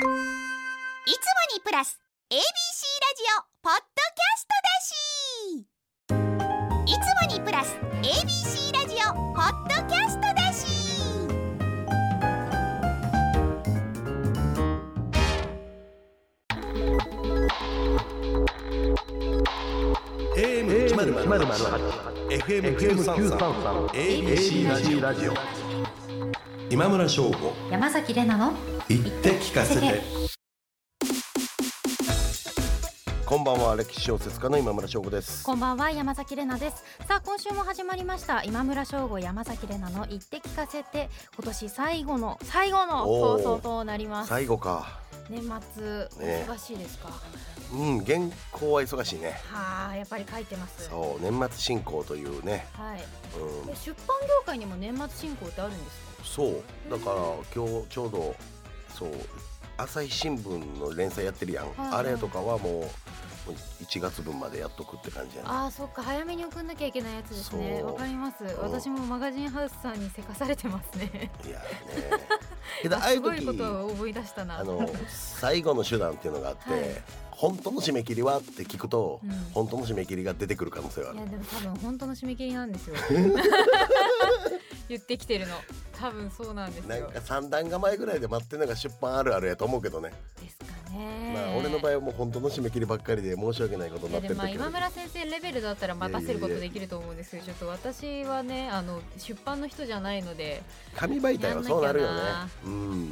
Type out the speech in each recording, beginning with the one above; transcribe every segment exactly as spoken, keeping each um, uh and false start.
いつもにプラス エービーシー ラジオポッドキャストだし、いつもにプラス エービーシー ラジオポッドキャストだし。 エーエムせんはち エフエムきゅうさんさん エービーシー ラジオ今村翔吾山崎怜奈の言って聞かせて。こんばんは、歴史小説家の今村翔吾です。 こんばんは、山崎怜奈です。さあ、今週も始まりました今村翔吾山崎怜奈の言って聞かせて。今年最後の最後の放送となります。 最後か。 年末、ね、忙しいですか？ うん、原稿は忙しいね。 はあ、やっぱり書いてます。 そう、年末進行というね、 はい、 うん、 出版業界にも年末進行ってあるんですか？ そうだから今日ちょうどそう朝日新聞の連載やってるやん、はいはい、あれとかはもういちがつぶんまでやっとくって感じやね。 ああ、そっか、早めに送んなきゃいけないやつですね。わかります、うん、私もマガジンハウスさんにせかされてますね。いやねすごいことを思い出したな。 あの最後の手段っていうのがあって、はい、本当の締め切りはって聞くと、うん、本当の締め切りが出てくる可能性はある。 いやでも多分本当の締め切りなんですよ言ってきてるの多分そうなんですよ。 なんかさんだん構えぐらいで待ってるのが出版あるあるやと思うけどね。 ですかね。 まあ俺の場合はもう本当の締め切りばっかりで申し訳ないことになってるけど。 いやでもまあ今村先生レベルだったら待たせることできると思うんですけど、ちょっと私はね、あの出版の人じゃないので。 紙媒体はそうなるよね。うん、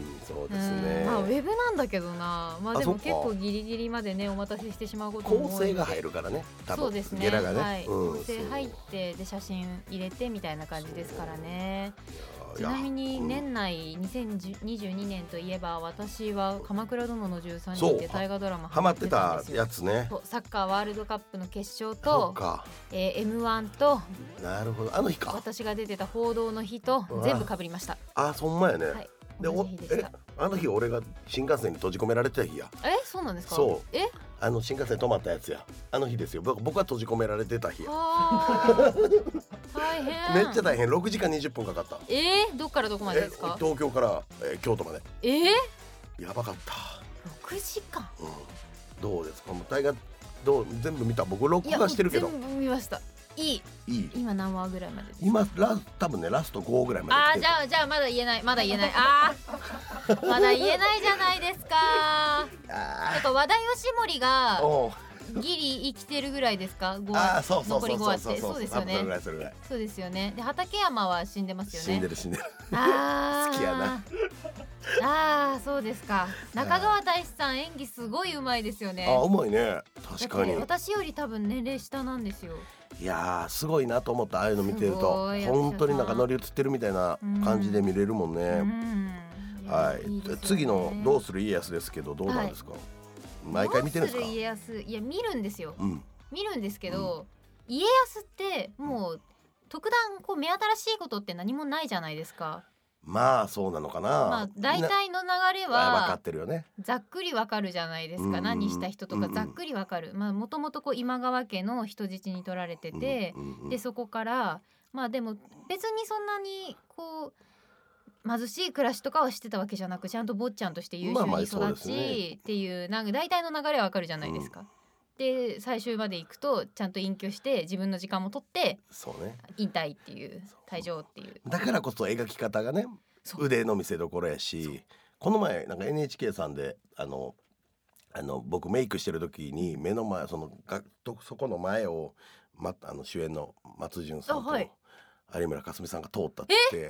そうですね。 まあウェブなんだけどな。まあでも結構ギリギリまでねお待たせしてしまうことも多いので。 構成が入るからね。多分そうですね。 ゲラがね。 はい、構成入ってで写真入れてみたいな感じですからね。ちなみに年内にせんにじゅうにねんといえば、私は鎌倉殿のじゅうさんにんで大河ドラマハマってたやつね。 サッカーワールドカップの決勝と、えー、エムワン と、 なるほど、あの日か。 私が出てた報道の日と全部被りました。 あ、そんまやね。 はい、 でおえあの日俺が新幹線に閉じ込められてた日や。 え、そうなんですか？ そう、 えあの新幹線止まったやつや。あの日ですよ。僕は閉じ込められてた日や。大変。めっちゃ大変。ろくじかんにじゅっぷんかかった。 えー、どっからどこまでですか？ 東京から、えー、京都まで。 えー、 やばかった。 ろくじかん、 うん、どうですか？もう大河どう全部見た？僕録画してるけど。 全部見ました。いい。いい。今何話ぐらいまでですか？今ラ多分ねラストごぐらいまで。 あー、じゃあじゃあまだ言えないまだ言えないあーまだ言えないじゃないですか。なんか和田義盛がギリ生きてるぐらいですか？ごわ残りごわって。そうですよね。そうですよね。で畠山は死んでますよね。 死んでる死んでる。 あ好きやな。 ああ、そうですか。中川大志さん演技すごいうまいですよね。 あ、うまいね。確かに。 私より多分年齢下なんですよ。 いやーすごいなと思った。ああいうの見てると本当になんか乗り移ってるみたいな感じで見れるもんね。はい。いい次のどうする家康ですけどどうなんですか？はい、毎回見てるんですか？ どうする家康、いや見るんですよ。うん、見るんですけど、うん、家康ってもう特段こう目新しいことって何もないじゃないですか。 まあそうなのかな。まあ大体の流れは分かってるよね。 ざっくりわかるじゃないですか。何した人とかざっくりわかる。まあもともとこう今川家の人質に取られてて、でそこからまあでも別にそんなにこう貧しい暮らしとかはしてたわけじゃなく、ちゃんと坊ちゃんとして優秀に育ちっていうなんか大体の流れはわかるじゃないですか。で最終まで行くとちゃんと隠居して自分の時間も取って引退っていう退場っていう。 だからこそ描き方がね腕の見せ所やし、この前なんか エヌエイチケー さんであのあの僕メイクしてる時に目の前そのがそこの前を、ま、あの主演の松潤さんと有村架純さんが通ったって、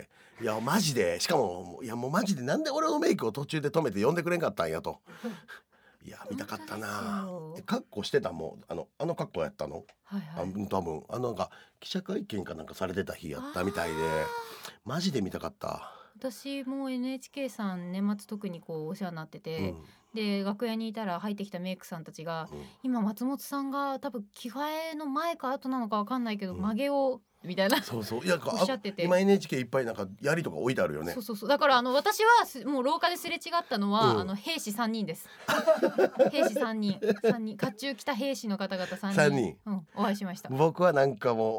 いやマジでしかもいやもうマジでなんで俺のメイクを途中で止めて呼んでくれんかったんやと。いや見たかったな。格好してたもん。あのあの格好やったの。はいはい、あ多分あのなんか記者会見かなんかされてた日やったみたいで、マジで見たかった。 私も エヌエイチケー さん年末特にこうお世話になってて、うん、で楽屋にいたら入ってきたメイクさんたちが、うん、今松本さんが多分着替えの前か後なのか分かんないけど、うん、曲げをみたいなそうそういやおっしゃってて、 今 エヌエイチケー いっぱいなんか槍とか置いてあるよね。 そうそうそうだからあの私はもう廊下ですれ違ったのは、うん、あの兵士さんにんです兵士さんにんさんにん甲冑着た兵士の方々さんにん、さんにん、うん、お会いしました。 僕はなんかもう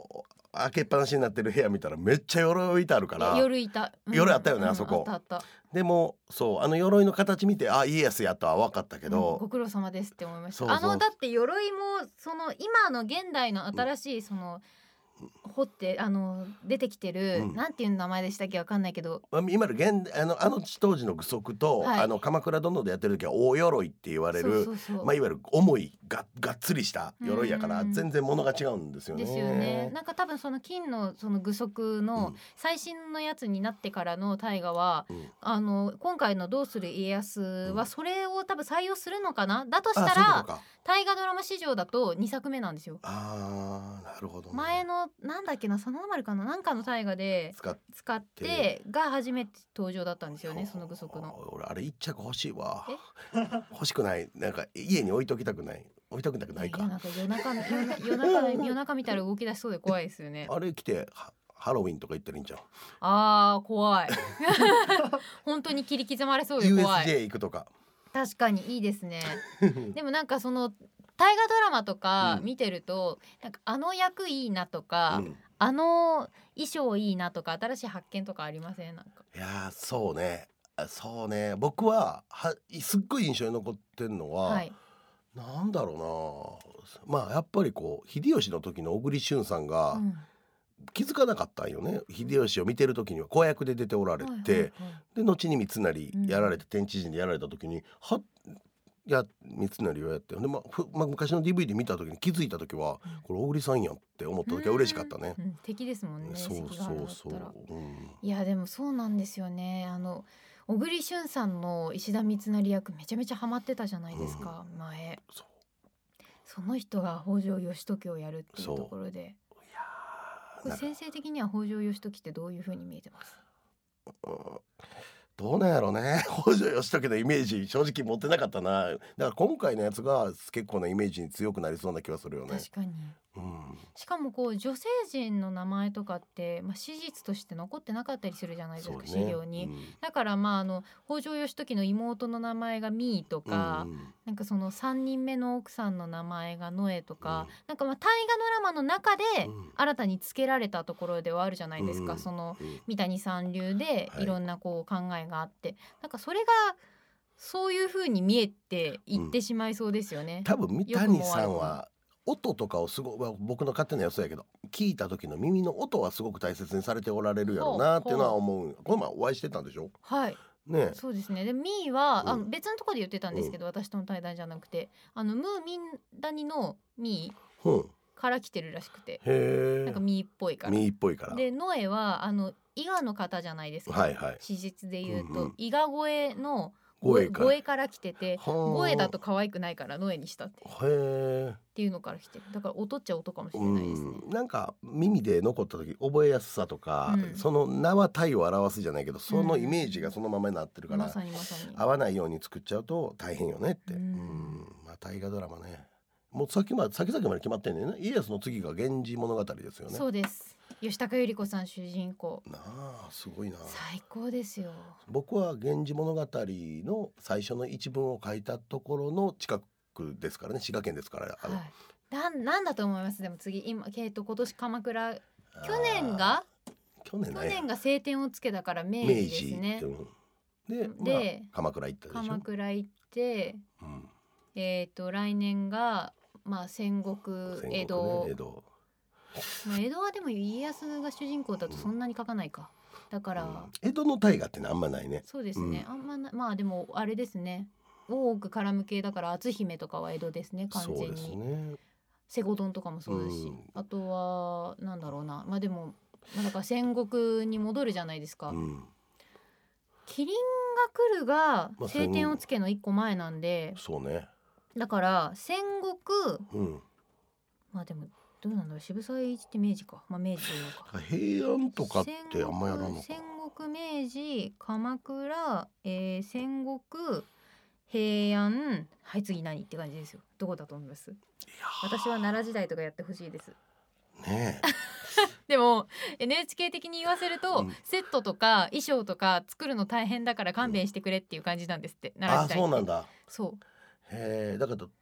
開けっぱなしになってる部屋見たらめっちゃ鎧置いてあるから夜いた、うん、 鎧あったよね、 うん、 あそこあったあった。 でもそうあの鎧の形見てあ家康やとは分かったけうん、 ど、 ご苦労様ですって思いました。 そうそうあのだって鎧もその今の現代の新しいその、掘ってあの出てきてる、 うんなんていう名前でしたっけわかんないけど、 まあ今の現あのあの当時の具足と、 はいあの鎌倉殿でやってる時は大鎧って言われる、 そうそうそう、 まあ、いわゆる重いががっつりした鎧やからうん全然物が違うんですよね。 ですよね。なんか多分その金のその具足うのん最新のやつになってからの大河は、 うんあの今回のどうする家康はそれを多分採用するのかな。だとしたあそういうこらとか。 大河ドラマ史上だとにさくめなんですよ。 あーなるほど、ね、 前のなんだっけな、真田丸かな、なんかの大河で使っ使ってが初めて登場だったんですよね、その具足の。 俺あれ一着欲しいわえ欲しくない、なんか家に置いときたくない、置いときたくないか。 いやなんか夜中の夜な夜中夜中見たら動き出しそうで怖いですよね。 あれ着てはハロウィンとか行ったらいいんじゃん。 あー怖い本当に切り刻まれそうで怖い。 ユーエスジェー 行くとか確かにいいですねでもなんかその大河ドラマとかうん見てると、なんかあの役いいなとか、 うんあの衣装いいなとか新しい発見とかありません？なんかいやーそうねあそうね僕ははすっごい印象に残ってんのは、 はいなんだろうな、まあやっぱりこう秀吉の時の小栗旬さんがうん気づかなかったんよね、秀吉を見てる時には子役で出ておられて、 はいはいはい、 で後に三成うんやられて、天地人でやられた時にはいや三成をやってで、まあふまあ、昔の ディーブイディー 見た時に気づいた時は、 うんこれ小栗さんやんって思った時は嬉しかったね。 うんうん敵ですもんね。 そう関ヶ原だそうそう、 ったらうんいやでもそうなんですよね。あの小栗旬さんの石田三成役めちゃめちゃハマってたじゃないですか、前。 そうその人が北条義時をやるっていうそうところで、 いやーこれなんか先生的には北条義時ってどういう風に見えてます？ うんどうなんやろうね北条義時のイメージ正直持ってなかったな。だから今回のやつが結構なイメージに強くなりそうな気はするよね。 確かに。 うん、 しかもこう女性陣の名前とかって、まあ、史実として残ってなかったりするじゃないですか、 そうね資料に、 うんだからまああの北条義時の妹の名前がミーとか、 うんなんかそのさんにんめの奥さんの名前がノエとか、 うんなんかまあ大河ドラマの中でうん新たに付けられたところではあるじゃないですか、 うんそのうん三谷さん流ではいいろんなこう考えがあって、なんかそれがそういう風に見えていってしまいそうですよね、 多分三谷さん良くも悪は音とかをすごい、まあ僕の勝手な予想やけど聞いた時の耳の音はすごく大切にされておられるやろうなっていうのは思う。この前お会いしてたんでしょはいね。 そうですね。でミーは、 うんあの別のところで言ってたんですけど、私との対談じゃなくてあのムーミン谷のミうん、 ーから来てるらしくて、 へえなんかミーっぽいから。 ミーっぽいから。 でノエはあの伊賀の方じゃないですか、 はいはい史実で言うと、 うんうん伊賀越えの声から声から来てて、 はあ声だと可愛くないからノエにしたってっへえていうのから来てる。だから音っちゃ音かもしれうないですね。 ん、なんか耳で残った時覚えやすさとか、 うんその名は体を表すじゃないけどそのイメージがそのままになってるから、 まさにまさに。 合わないように作っちゃうと大変よねって、 ううんんまあ、大河ドラマねもう先ま先々まで決まってんねんね。家康の次が源氏物語ですよね。 そうです。吉高由里子さん主人公。 なあすごいな。 最高ですよ。 僕は源氏物語の最初の一文を書いたところの近くですからね、滋賀県ですからあの、 はい。なんなんだと思います？でも次今えっと今年鎌倉あー去年が去去年ね年が晴天をつけたから明治明です治ね。 うんででまあ、鎌倉行ったでしょ。 鎌倉行ってうんえっと来年がまあ戦国戦国ね江戸、 江戸まあ江戸はでも家康が主人公だとそんなに書かないか。だから、 うん江戸の大河ってのあんまないね。 そうですね。 うんあんまなまあでもあれですね。大奥絡む系だから篤姫とかは江戸ですね完そうです全に。 ね。 西郷どんとかもそうだし、 うんあとはなんだろうな、まあでも、まあ、だから戦国に戻るじゃないですか、 うん、 麒麟が来るがまあ晴天をつけの一個前なんで、 そうね。 だから戦国うん。 まあでもどうなんだろう、渋沢栄一って明治か、まあ明治というのか平安とかってあんまやらんのか戦国明治鎌倉、えー、戦国平安、はい次何って感じですよ。どこだと思います？ い私は奈良時代とかやってほしいですやねでも エヌエイチケー 的に言わせると、 うんセットとか衣装とか作るの大変だから勘弁してくれっていう感じなんですって、 え。 奈良あ時代って。 そうなんだ。 そうへえ。だから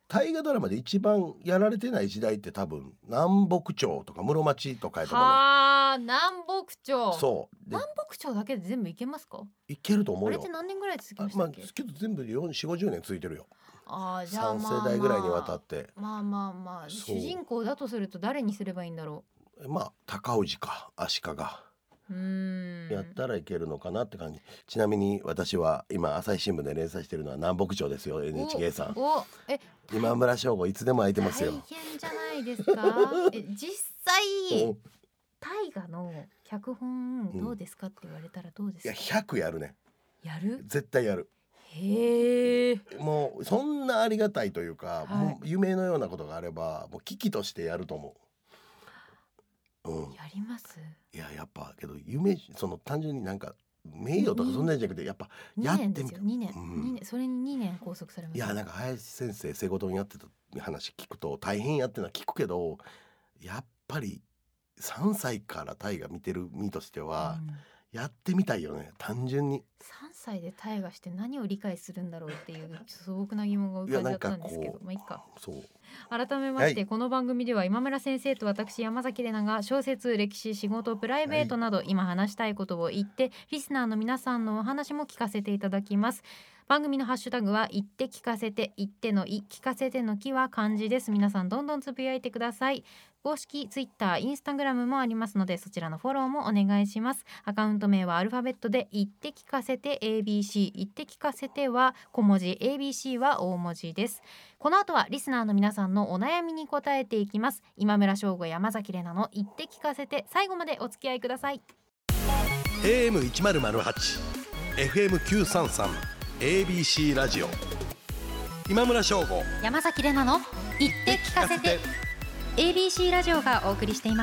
大河ドラマで一番やられてない時代って多分南北朝とか室町とかやと思うね。 はあ、南北朝。 そうで南北朝だけで全部いけますか？ いけると思うよ。 あれって何年ぐらい続きましたまっけ？ あけど全部よんじゅう、ごじゅうねんついてるよ。 あー、じゃあさんまあまあ世代ぐらいにわたってまあまあまあそう主人公だとすると誰にすればいいんだろまあ高氏か足利う。うーん。 やったらいけるのかなって感じ。ちなみに私は今朝日新聞で連載してるのは南北朝ですよ。 エヌエイチケー さん。 おおえ今村翔吾いつでも空いてますよ。 大変じゃないですか？え実際大河の脚本どうですかって言われたらどうですか？ いやひゃくやるね。 やる？ 絶対やる。 へえ。 もうそんなありがたいというか、 はいもう夢のようなことがあればもう危機としてやると思う。うん、 やります？ いややっぱけど夢その単純になんか名誉とかそんなんじゃなくてやっぱやってにねんですよ。 みたい。 にねん、 うんにねんそれににねん拘束されます。 いやなんか林先生仕事にやってた話聞くと大変やってのは聞くけどやっぱりさんさいから大河見てる身としてはうんやってみたいよね単純に。 さんさいで大河して何を理解するんだろうっていう素朴な疑問が浮かんじゃったんですけど、まあいいか。 そう改めまして、 はいこの番組では今村先生と私山崎怜奈が小説、歴史、仕事、プライベートなど、今話したいことを言ってリスナーの皆さんのお話も聞かせていただきます。番組のハッシュタグは言って聞かせて、言ってのい、聞かせてのきは漢字です。皆さんどんどんつぶやいてください。公式ツイッター、インスタグラムもありますのでそちらのフォローもお願いします。アカウント名はアルファベットで言って聞かせて エービーシー、 言って聞かせては小文字、 エービーシー は大文字です。この後はリスナーの皆さんのお悩みに答えていきます。今村翔吾、山崎怜奈の言って聞かせて、最後までお付き合いください。 エーエムせんはち エフエムきゅうさんさん エービーシー ラジオ今村翔吾山崎怜奈の言って聞かせて エービーシー ラジオがお送りしています。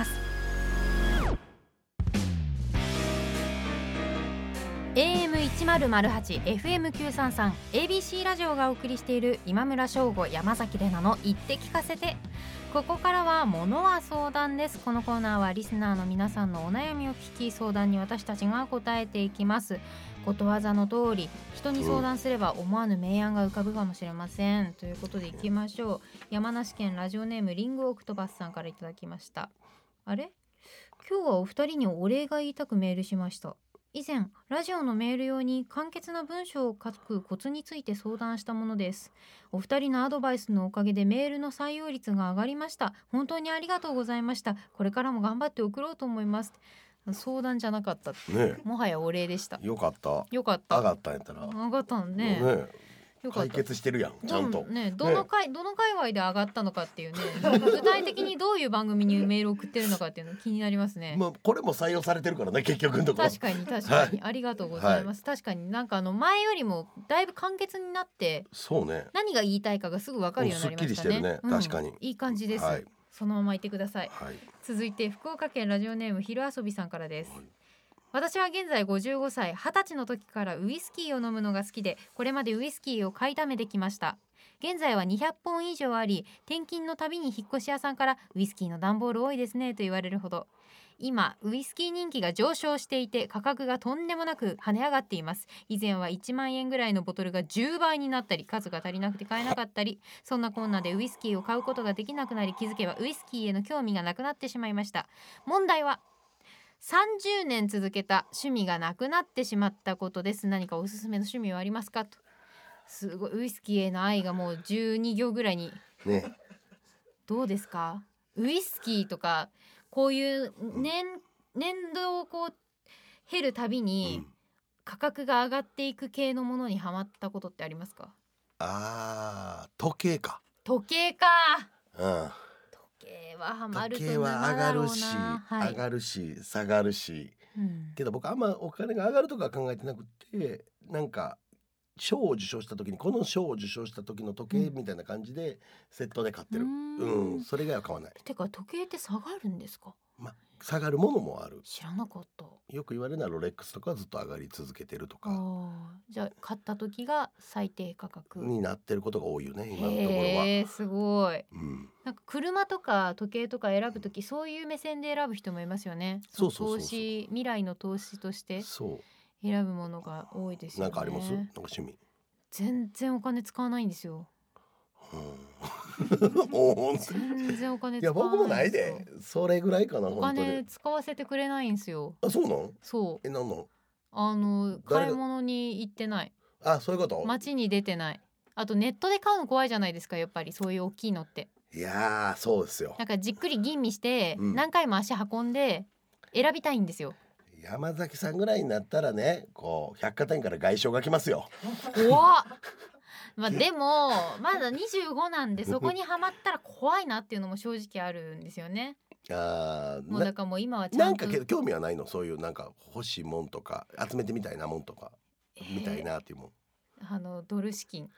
エーエムせんはち エフエムきゅうさんさん エービーシー ラジオがお送りしている今村翔吾、山崎怜奈の言って聞かせて。ここからは物は相談です。このコーナーはリスナーの皆さんのお悩みを聞き、相談に私たちが答えていきます。ことわざの通り、人に相談すれば思わぬ名案が浮かぶかもしれません、ということでいきましょう。山梨県ラジオネームリングオクトバスさんからいただきました。あれ、今日はお二人にお礼が言いたくメールしました。以前ラジオのメール用に簡潔な文章を書くコツについて相談したものです。お二人のアドバイスのおかげでメールの採用率が上がりました。本当にありがとうございました。これからも頑張って送ろうと思います。相談じゃなかった、 ねもはやお礼でした。 よかったよかった。 上がったんやったら上がったのね。 ねよかった。 解決してるやんちゃんとどね、どの回、どの界隈で上がったのかっていうね、なんか具体的にどういう番組にメールを送ってるのかっていうの気になりますね。 まあこれも採用されてるからね結局のところ。 確かに確かに、ありがとうございます。確かになんかあの前よりもだいぶ簡潔になってそうね何が言いたいかがすぐ分かるようになりましたね。 すっきりしてるねうん確かにいい感じです、 はいそのまま言ってください。 はい続いて福岡県ラジオネーム昼遊びさんからです。 はい私は現在ごじゅうごさい、はたちの時からウイスキーを飲むのが好きで、これまでウイスキーを買いだめてきました。現在はにひゃっぽん以上あり、転勤のたびに引っ越し屋さんからウイスキーの段ボール多いですねと言われるほど。今ウイスキー人気が上昇していて、価格がとんでもなく跳ね上がっています。以前はいちまんえんぐらいのボトルがじゅうばいになったり、数が足りなくて買えなかったり、そんなこんなでウイスキーを買うことができなくなり、気づけばウイスキーへの興味がなくなってしまいました。問題はさんじゅうねん続けた趣味がなくなってしまったことです。何かおすすめの趣味はありますかと。すごいウイスキーへの愛がもうじゅうに行ぐらいに。 ねどうですか？ウイスキーとかこういう年年度をこう減るたびに価格が上がっていく系のものにハマったことってありますか？ あー時計か時計か。 うん時計はハマる時と計は上がるし、 はい、 上がるし下がるしうんけど僕あんまお金が上がるとかは考えてなくて、なんか賞を受賞した時にこの賞を受賞した時の時計みたいな感じでセットで買ってる。 ううんん、それ以外は買わない。 てか時計って下がるんですか？ まあ下がるものもある。 知らなかった。 よく言われるのはロレックスとかはずっと上がり続けてるとかあーじゃあ買った時が最低価格になってることが多いよね今のところは。 へーすごい。 うん、 なんか車とか時計とか選ぶ時そういう目線で選ぶ人もいますよね。 そうそうそうそう投資未来の投資としてそ選ぶものが多いですうよね。 なんかありますなんか趣味。 全然お金使わないんですよ。 うんおー全然お金いや使わ僕もないないんですよ。 でそれぐらいかなお本当金に。 使わせてくれないんですよ。 あそうなんそうえなんなんあの誰が買い物に行ってない、 あそういうこと街に出てない。あとネットで買うの怖いじゃないですか、やっぱりそういう大きいのって。 いやーそうですよなんかじっくり吟味してうん何回も足運んで選びたいんですよ。 山崎さんぐらいになったらねこう百貨店から外商が来ますよ。 怖っまあでもまだにじゅうごなんでそこにはまったら怖いなっていうのも正直あるんですよね。 あーもうだからもう今はちなんゃんとかけど興味はないのそういうなんか欲しいもんとか集めてみたいなもんとかみたいなっていうもん。 あのドル資金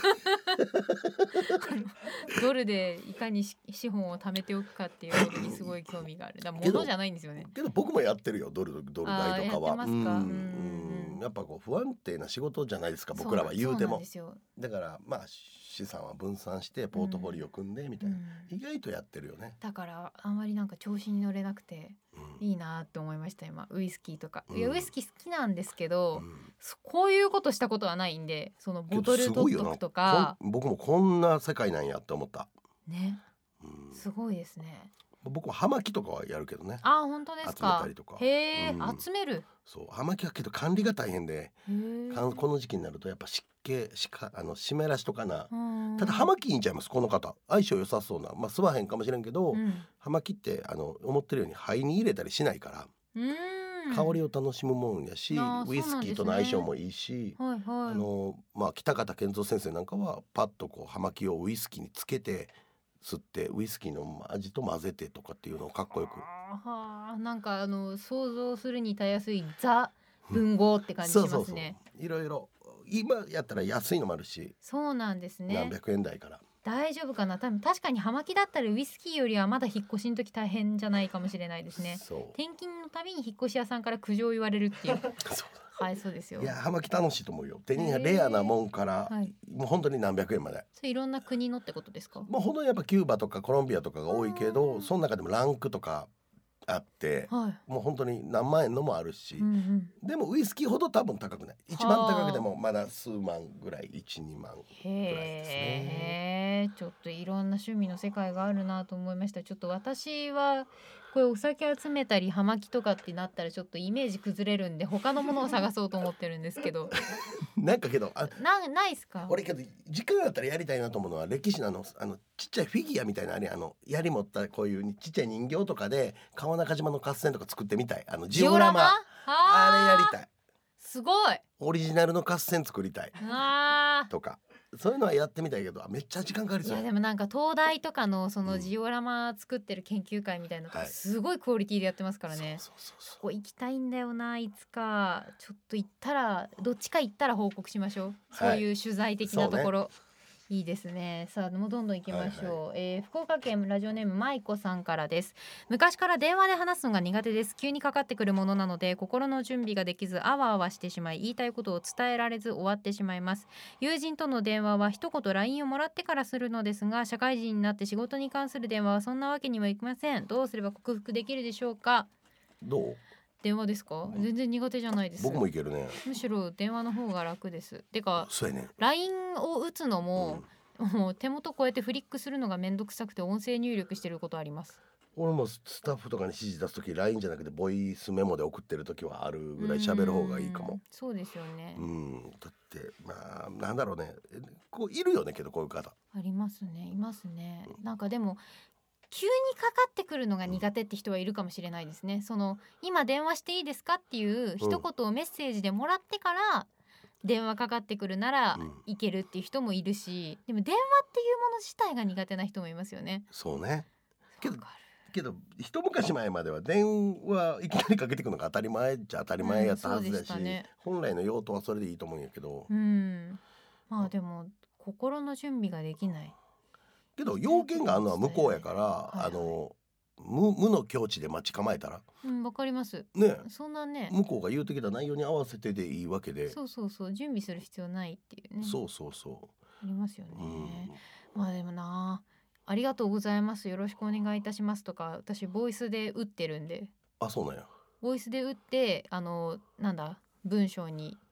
あのドルでいかにし資本を貯めておくかっていうことにすごい興味がある。だから物じゃないんですよね。 けど僕もやってるよドルドル代とかは。 あーやってますかうんうんうんうんやっぱこう不安定な仕事じゃないですかそう僕らは言うてそうなんも。 ですよ。 だからまあ資産は分散してポートフォリオ組んでみたいな、 うん意外とやってるよね。 だからあんまりなんか調子に乗れなくてうんいいなって思いました今。ウイスキーとか、 うんいやウイスキー好きなんですけど、 うんそこういうことしたことはないんで、そのボトル取っとくとかこん僕もこんな世界なんやって思った。 ね、 うんすごいですね。 僕も葉巻とかはやるけどね。 あ、本当です集めかたりとか。 へえ、 うん集める。 そう葉巻はけど管理が大変で、 へえかんこの時期になるとやっぱ湿気しかあの湿らしとかな。 うんただ葉巻いいんちゃいますこの方相性良さそうなまあ吸わへんかもしれんけど、 うん葉巻ってあの思ってるように肺に入れたりしないから、 うん香りを楽しむもんやし、 あーウイスキーとの相性もいいし、 はいはいあのまあ北方健三先生なんかはパッとこう葉巻をウイスキーにつけて吸ってウイスキーの味と混ぜてとかっていうのをかっこよく。 あーはーなんかあの想像するにたやすいザ文豪って感じしますね。 そうそうそういろいろ今やったら安いのもあるし、 そうなんですね。 何百円台から。 大丈夫かな。多分確かに葉巻だったらウイスキーよりはまだ引っ越しの時大変じゃないかもしれないですね。 そう転勤のたびに引っ越し屋さんから苦情を言われるっていうそはいそうですよ。 ういや葉巻楽しいと思うよ。手にへーレアなもんから、 はい、 もう本当に何百円まで。 それいろんな国のってことですか。 もうほんとにやっぱキューバとかコロンビアとかが多いけうど、 んその中でもランクとかあって、 はい、 もう本当に何万円のもあるし、 うんうん、 でもウイスキーほど多分高くない。一番高くてもまだ数万ぐらい、いち、にまんぐらいですね。 へえ、ちょっといろんな趣味の世界があるなと思いました。ちょっと私はこれお酒集めたり葉巻とかってなったらちょっとイメージ崩れるんで他のものを探そうと思ってるんですけどなんかけどあなないっすか。 俺けど時間あったらやりたいなと思うのは歴史のあのあのちっちゃいフィギュアみたいなあれあの槍持ったこういうちっちゃい人形とかで川中島の合戦とか作ってみたい。あのジオラマああれやりたい。 すごい。 オリジナルの合戦作りたいあとかそういうのはやってみたいけどめっちゃ時間かかりそう。 いやでもなんか東大とかのそのジオラマ作ってる研究会みたいなのとかはいすごいクオリティでやってますからね。 そうそうそうそこ行きたいんだよないつか。ちょっと行ったらどっちか行ったら報告しましょう。 はいそういう取材的なところ、いいですね。さあもうどんどん行きましょう、 はいえー福岡県ラジオネームまいこさんからです。昔から電話で話すのが苦手です。急にかかってくるものなので心の準備ができずあわあわしてしまい言いたいことを伝えられず終わってしまいます。友人との電話は一言 ライン をもらってからするのですが社会人になって仕事に関する電話はそんなわけにはいきません。どうすれば克服できるでしょうか。 どう電話ですか。全然苦手じゃないです。 僕もいけるね。 むしろ電話の方が楽です。てかそうやね。 ライン を打つのも、 うんもう手元こうやってフリックするのがめんどくさくて音声入力してることあります。 俺もスタッフとかに指示出すとき ライン じゃなくてボイスメモで送ってるときはあるぐらい喋る方がいいかも。 うんそうですよね、 うんだってまあなんだろうねこういるよねけどこういう方ありますねいますね。なんかでも急にかかってくるのが苦手って人はいるかもしれないですね。その今電話していいですかっていう一言をメッセージでもらってから電話かかってくるならうんいけるっていう人もいるし、でも電話っていうもの自体が苦手な人もいますよね。 そうねけどわかけど一昔前までは電話いきなりかけてくるのが当たり前じゃ当たり前やったはずだし、 うんそうでしたね本来の用途はそれでいいと思うんやけど、 るうんまあでも心の準備ができない。 けど要件があるのは向こうやから、 はいはいあの無無の境地で待ち構えたらうんわかります。 ねそんなね向こうが言うてきた内容に合わせてでいいわけで、 そうそうそう準備する必要ないっていうね。 そうそうそありますよね、 う、うん、 まあでもなありがとうございますよろしくお願いいたしますとか私ボイスで打ってるんであそうなんやボイスで打ってあのなんだ文章に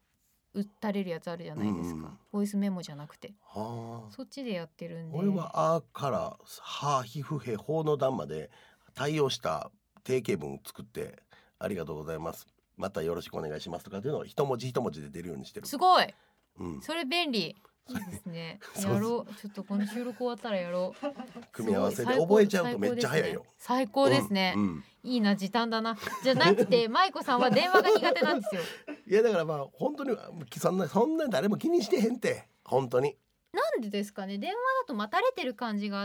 打たれるやつあるじゃないですか、 うんうん、 ボイスメモじゃなくて、 はあ、 そっちでやってるんで。 俺はあからはひふへほの段まで対応した定型文作って、ありがとうございます、またよろしくお願いしますとかっていうのを一文字一文字で出るようにしてる。 すごい、 うん、 それ便利。いいですね。 そうやろう。ちょっとこの収録終わったらやろう。 組み合わせで覚えちゃうとめっちゃ早いよ。 最高ですね。 うんうん、 いいな、時短だな。じゃなくて舞子さんは電話が苦手なんですよ。 いやだからまあ本当にそんなそんな誰も気にしてへんって本当に。 なんでですかね。電話だと待たれてる感じがあって、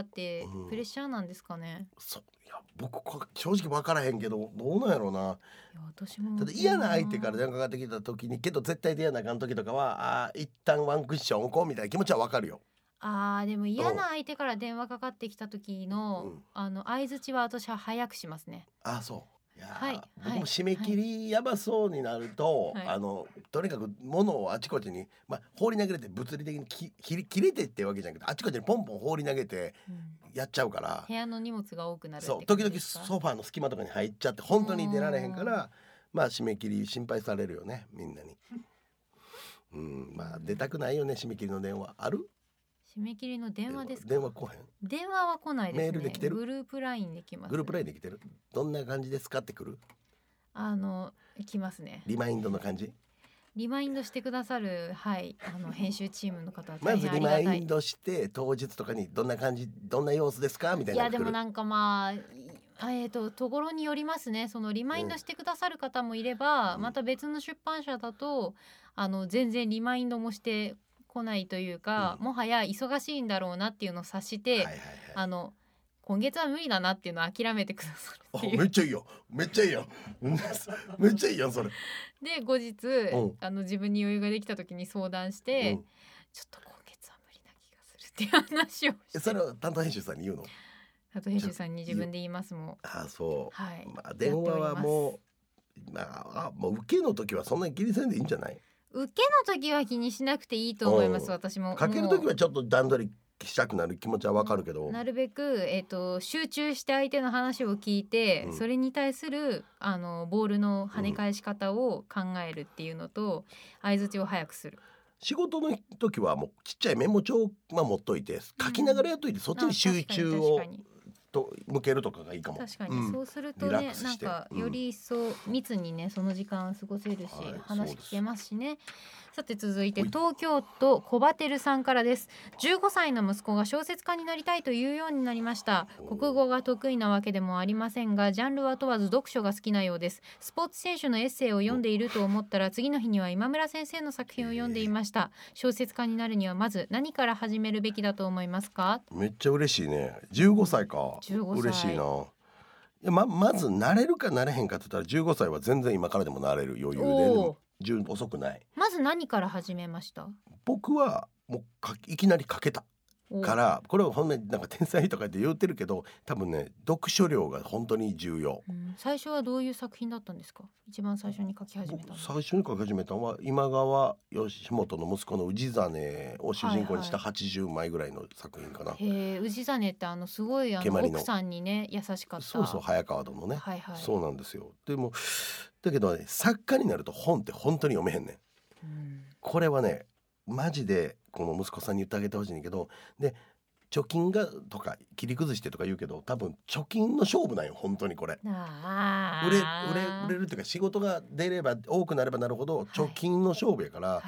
うん、 プレッシャーなんですかね。 そういや僕正直分からへんけどどうなんやろうな。いや私もただ嫌な相手から電話かかってきた時にけど絶対出やなあかん時とかはあ一旦ワンクッション置こうみたいな気持ちは分かるよ。 あーでも嫌な相手から電話かかってきた時の、うん、あの相槌は私は早くしますね。 あそういや、 はい、 僕も締め切りやばそうになると、 はい、 あのとにかく物をあちこちに、まあ、放り投げれて物理的にき切り切れてってわけじゃなくてあちこちにポンポン放り投げてやっちゃうから、 うん、部屋の荷物が多くなるってそう時々ソファーの隙間とかに入っちゃって本当に出られへんからまあ締め切り心配されるよねみんなにうんまあ出たくないよね締め切りの電話ある？ 締め切りの電話ですか？ 電話来へん？ 電話は来ないですね。 メールで来てる？ グループラインで来ます。 グループラインで来てる？どんな感じですかって来る？ あの来ますね。 リマインドの感じ？ リマインドしてくださるはいあの編集チームの方はまずリマインドして当日とかにどんな感じどんな様子ですかみたいな。 いやでもなんかまあえーとところによりますね。そのリマインドしてくださる方もいれば、うん、また別の出版社だとあの全然リマインドもして来ないというか、うん、もはや忙しいんだろうなっていうのを察して、はいはいはい、あの今月は無理だなっていうのを諦めてくださるっていう。 めっちゃいいよめっちゃいいよめっちゃいいよそれで後日、うん、あの自分に余裕ができた時に相談して、うん、ちょっと今月は無理な気がするっていう話をしてそれは担当編集さんに言うの？ 担当編集さんに自分で言いますもん。 あそう、 はい、 まあ、電話はもうまあ、あもう受けの時はそんなに気にせんでいいんじゃない？ 受けの時は気にしなくていいと思います。私もかける時はちょっと段取りしたくなる気持ちはわかるけど、 なるべく、えーと、集中して相手の話を聞いて、うん、それに対するあのボールの跳ね返し方を考えるっていうのと、うん、相槌を早くする。 仕事の時はもうちっちゃいメモ帳は持っといて書きながらやっといて、うん、そっちに集中をと向けるとかがいいかも。 確かに、うん、そうするとねなんかより一層密にねその時間過ごせるし、はい、話聞けますしね。さて続いて東京都小バテルさんからです。じゅうごさいの息子が小説家になりたいというようになりました。国語が得意なわけでもありませんがジャンルは問わず読書が好きなようです。スポーツ選手のエッセイを読んでいると思ったら次の日には今村先生の作品を読んでいました。小説家になるにはまず何から始めるべきだと思いますか？ めっちゃ嬉しいね。じゅうごさいか。 じゅうごさい嬉しいな。いや ま, まず慣れるか慣れへんかって言ったらじゅうごさいは全然今からでも慣れる余裕で、でも遅くない。 まず何から始めました？ 僕はもういきなり書けたからこれはほんまになんか天才とかって言ってるけど多分ね読書量が本当に重要、 うん、最初はどういう作品だったんですか？一番最初に書き始めたの？ 最初に書き始めたのは今川義元の息子の氏真を主人公にしたはちじゅうまいぐらいの作品かな、 はいはい、へえ氏真ってあのすごいあの奥さんにね優しかった。 そうそう早川殿ね、 はいはい、 そうなんですよ。でもだけどね作家になると本って本当に読めへんねん、うん、これはねマジでこの息子さんに言ってあげてほしいんだけど、で貯金がとか切り崩してとか言うけど多分貯金の勝負なんよ本当にこれ。 あ売れ売れ売れるっていうか仕事が出れば多くなればなるほど貯金の勝負やから、はい、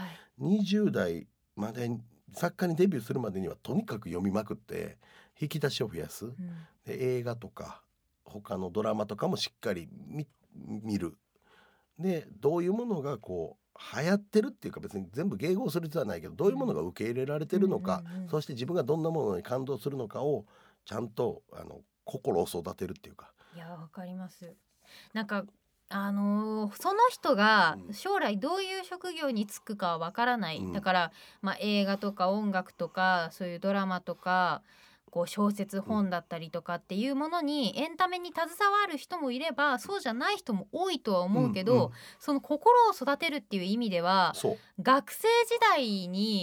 にじゅう代まで作家にデビューするまでにはとにかく読みまくって引き出しを増やす、うん、で映画とか他のドラマとかもしっかり 見, 見るでどういうものがこう流行ってるっていうか別に全部迎合する必要はないけどどういうものが受け入れられてるのか、うんうんうん、そして自分がどんなものに感動するのかをちゃんとあの心を育てるっていうか。 いやわかります。なんかあのー、その人が将来どういう職業に就くかはわからない、うん、だから、まあ、映画とか音楽とかそういうドラマとかこう小説本だったりとかっていうものにエンタメに携わる人もいればそうじゃない人も多いとは思うけど、うんうん、その心を育てるっていう意味では学生時代に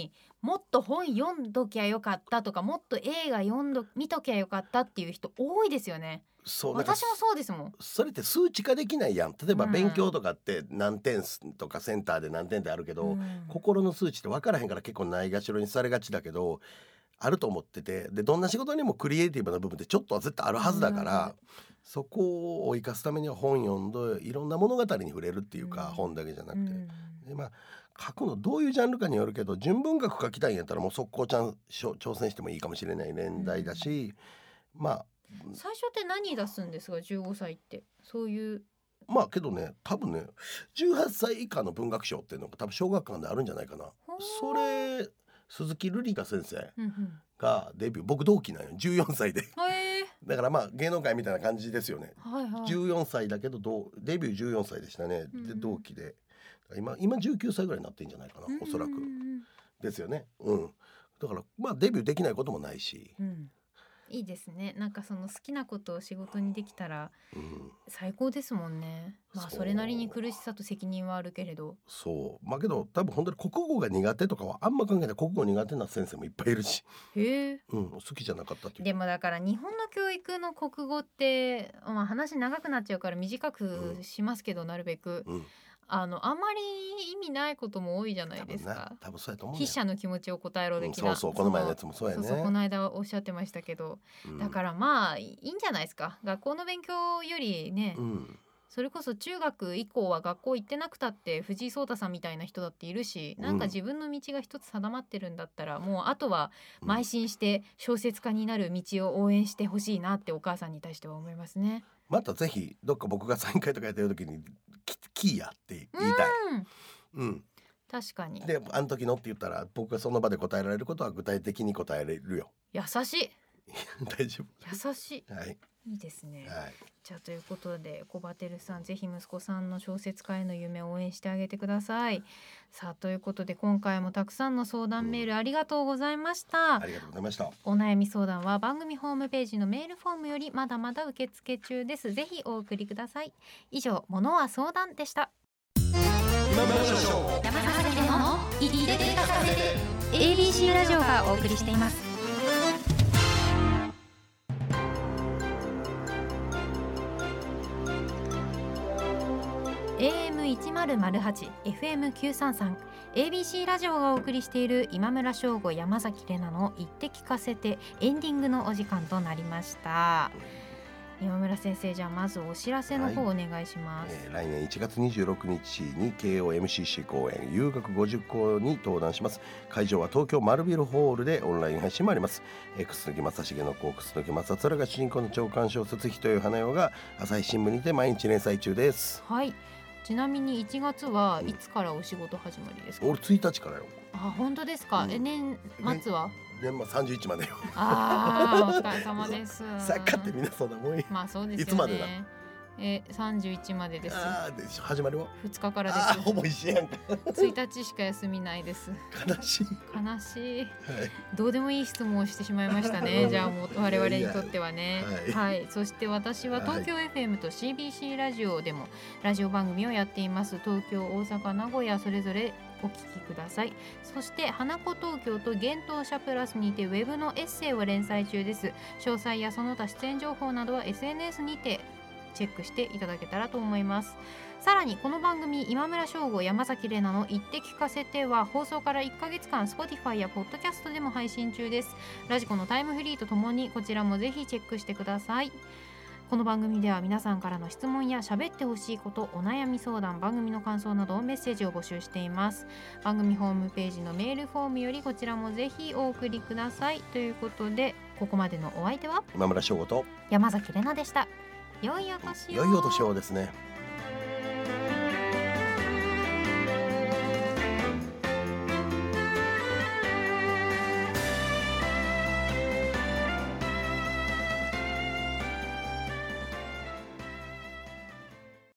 もっと本読んどきゃよかったとか、もっと映画読んど見ときゃよかったっていう人多いですよね。 そうなんか私もそうですもん。 それって数値化できないやん。例えばうん勉強とかって何点とかセンターで何点ってあるけど、 うん心の数値って分からへんから結構ないがしろにされがちだけど、あると思ってて、でどんな仕事にもクリエイティブな部分ってちょっとは絶対あるはずだかうんら、そこを生かすためには本読んでいろんな物語に触れるっていうか、 うん本だけじゃなくて、 うんでまあ書くのどういうジャンルかによるけど、純文学書きたいんやったらもう速攻ちゃんしょ挑戦してもいいかもしれない年代だし、まあ最初って何出すんですか、じゅうごさいって。そういうまあけどね、多分ねじゅうはっさい以下の文学賞っていうのが多分小学館であるんじゃないかな。 ほうそれ鈴木瑠璃香先生うんうんがデビュー、僕同期なんよ、じゅうよんさいでへえだからまあ芸能界みたいな感じですよね。 はいはいじゅうよんさいだけどどうデビューじゅうよんさいでしたね。でうん同期で今今じゅうきゅうさいぐらいになってんじゃないかな、おそらくうんうんですよね。うんだからまあデビューできないこともないし、 うんうんいいですね。なんかその好きなことを仕事にできたらうん、 最高ですもんね。まあそうそれなりに苦しさと責任はあるけれど。 そうまあけど多分本当に国語が苦手とかはあんま考えない。国語苦手な先生もいっぱいいるし、 へえ。 うん、好きじゃなかったっていう。 でもだから日本の教育の国語って、まあ、話長くなっちゃうから短くしますけど、なるべくうん、 あのあんまり意味ないことも多いじゃないですか多分な。多分そうやと思うね。 筆者の気持ちを答えろ的な、 うんそうそうこの前のやつもそうやね。 そうそうこの間おっしゃってましたけど、 うんだからまあいいんじゃないですか。学校の勉強よりね、 うんそれこそ中学以降は学校行ってなくたって藤井聡太さんみたいな人だっているし、なんか自分の道が一つ定まってるんだったら、もうあとは邁進して小説家になる道を応援してほしいなってお母さんに対しては思いますね。 またぜひどっか僕がサイン会とかやってる時にキキーやって言いたい。 うんうん、 確かにであの時のって言ったら僕がその場で答えられることは具体的に答えれるよ。 優しい大丈優しい夫。はいいいですね。 はい。 じゃあということでコバテルさん、ぜひ息子さんの小説家への夢を応援してあげてください。さあということで今回もたくさんの相談メールありがとうございました。 ありがとうございました。 お悩み相談は番組ホームページのメールフォームよりまだまだ受付中です。ぜひお送りください。以上、ものは相談でした。 今村翔吾山崎での言って聞かせて エービーシー ラジオがお送りしています。エーエムいちまるまるはち エフエムきゅうさんさん エービーシー ラジオがお送りしている今村翔吾山崎怜奈の言って聞かせてエンディングのお時間となりました。今村先生、じゃあまずお知らせの方お願いします。 えー来年いちがつにじゅうろくにちに ケーオーエムシーシー 公演遊学ごじゅっこに登壇します。会場は東京丸ビルホールでオンライン配信もあります。えー、楠木正成の子楠木正虎が主人公の長官小説人よ花代が朝日新聞にて毎日連載中です。 はい。ちなみにいちがつはいつからお仕事始まりですか？ 俺ついたちからよ。 あ、本当ですか。 うんえ、年末は？ 年末さんじゅういちまでよ。 ああ、お疲れ様です。 作家ってみんなそうだもん。 まあそうですよね。 いつまでだえ、さんじゅういちまでです。 ああでしょ始まりはふつかからであーほぼ一緒やんか。 す。ついたちしか休みないです。 悲しい。 悲しい。 はい。 どうでもいい質問をしてしまいましたね。じゃあもう我々にとってはね。 いやはい。そして私は東京 エフエム と シービーシー ラジオでもラジオ番組をやっています。東京、大阪、名古屋それぞれお聞きください。そして花子東京と幻冬舎プラスにてウェブのエッセイを連載中です。詳細やその他出演情報などは エスエヌエス にてチェックしていただけたらと思います。さらにこの番組今村翔吾山崎怜奈の言って聞かせては放送からいっかげつかん Spotify や Podcast でも配信中です。ラジコのタイムフリーとともにこちらもぜひチェックしてください。この番組では皆さんからの質問や喋ってほしいこと、お悩み相談、番組の感想などメッセージを募集しています。番組ホームページのメールフォームよりこちらもぜひお送りください。ということでここまでのお相手は今村翔吾と山崎怜奈でした。良いお年を。 良いお年をですね。